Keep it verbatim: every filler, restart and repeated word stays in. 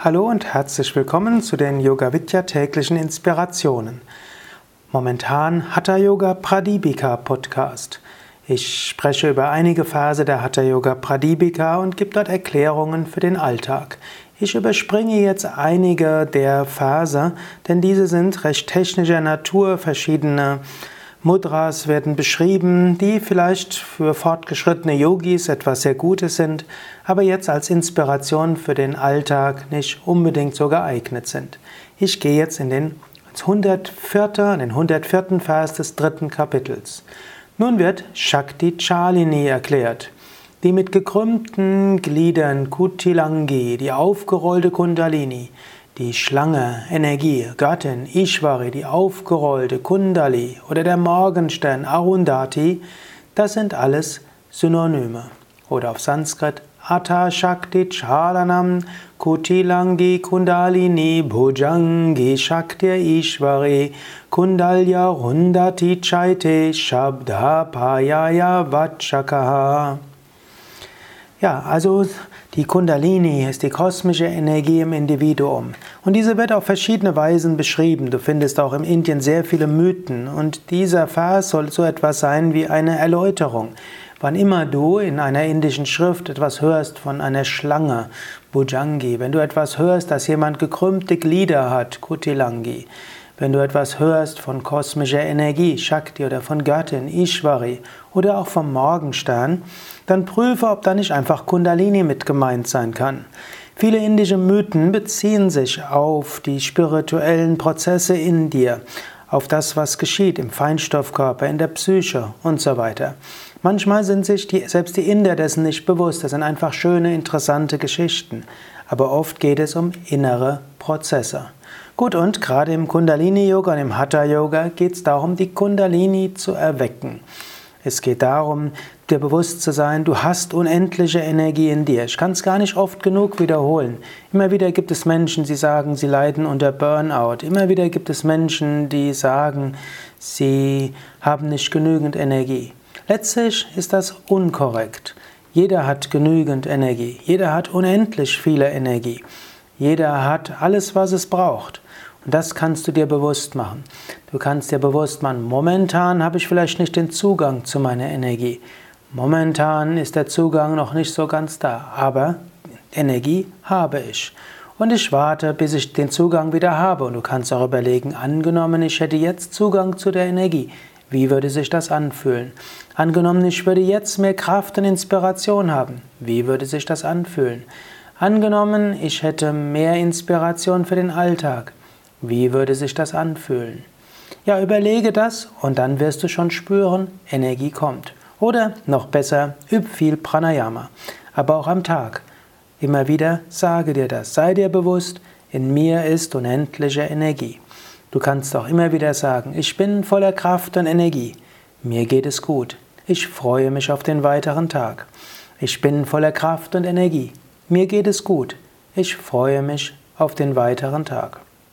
Hallo und herzlich willkommen zu den Yoga Vidya täglichen Inspirationen. Momentan Hatha Yoga Pradipika Podcast. Ich spreche über einige Verse der Hatha Yoga Pradipika und gebe dort Erklärungen für den Alltag. Ich überspringe jetzt einige der Verse, denn diese sind recht technischer Natur. Verschiedene Mudras werden beschrieben, die vielleicht für fortgeschrittene Yogis etwas sehr Gutes sind, aber jetzt als Inspiration für den Alltag nicht unbedingt so geeignet sind. Ich gehe jetzt in den hundertvierten, den hundertvierten Vers des dritten Kapitels. Nun wird Shakti Chalini erklärt. Die mit gekrümmten Gliedern Kutilangi, die aufgerollte Kundalini, die Schlange, Energie, Göttin, Ishvari, die aufgerollte Kundali oder der Morgenstern Arundhati, das sind alles Synonyme. Oder auf Sanskrit Atha Shakti Chalanam Kutilangi Kundalini Bhujangi Shakti Ishvari Kundalya Rundati Chaite Shabda Payaya Vachakaha. Ja, also die Kundalini ist die kosmische Energie im Individuum. Und diese wird auf verschiedene Weisen beschrieben. Du findest auch in Indien sehr viele Mythen. Und dieser Vers soll so etwas sein wie eine Erläuterung. Wann immer du in einer indischen Schrift etwas hörst von einer Schlange, Bhujangi, wenn du etwas hörst, dass jemand gekrümmte Glieder hat, Kutilangi, wenn du etwas hörst von kosmischer Energie, Shakti, oder von Göttin, Ishvari, oder auch vom Morgenstern, dann prüfe, ob da nicht einfach Kundalini mit gemeint sein kann. Viele indische Mythen beziehen sich auf die spirituellen Prozesse in dir, auf das, was geschieht im Feinstoffkörper, in der Psyche und so weiter. Manchmal sind sich die, selbst die Inder dessen nicht bewusst. Das sind einfach schöne, interessante Geschichten. Aber oft geht es um innere Prozesse. Gut, und gerade im Kundalini-Yoga und im Hatha-Yoga geht es darum, die Kundalini zu erwecken. Es geht darum, dir bewusst zu sein, du hast unendliche Energie in dir. Ich kann es gar nicht oft genug wiederholen. Immer wieder gibt es Menschen, die sagen, sie leiden unter Burnout. Immer wieder gibt es Menschen, die sagen, sie haben nicht genügend Energie. Letztlich ist das unkorrekt. Jeder hat genügend Energie. Jeder hat unendlich viele Energie. Jeder hat alles, was es braucht. Und das kannst du dir bewusst machen. Du kannst dir bewusst machen, momentan habe ich vielleicht nicht den Zugang zu meiner Energie. Momentan ist der Zugang noch nicht so ganz da, aber Energie habe ich. Und ich warte, bis ich den Zugang wieder habe. Und du kannst auch überlegen, angenommen, ich hätte jetzt Zugang zu der Energie. Wie würde sich das anfühlen? Angenommen, ich würde jetzt mehr Kraft und Inspiration haben. Wie würde sich das anfühlen? Angenommen, ich hätte mehr Inspiration für den Alltag. Wie würde sich das anfühlen? Ja, überlege das und dann wirst du schon spüren, Energie kommt. Oder noch besser, üb viel Pranayama. Aber auch am Tag. Immer wieder sage dir das. Sei dir bewusst, in mir ist unendliche Energie. Du kannst auch immer wieder sagen, ich bin voller Kraft und Energie. Mir geht es gut. Ich freue mich auf den weiteren Tag. Ich bin voller Kraft und Energie. Mir geht es gut. Ich freue mich auf den weiteren Tag.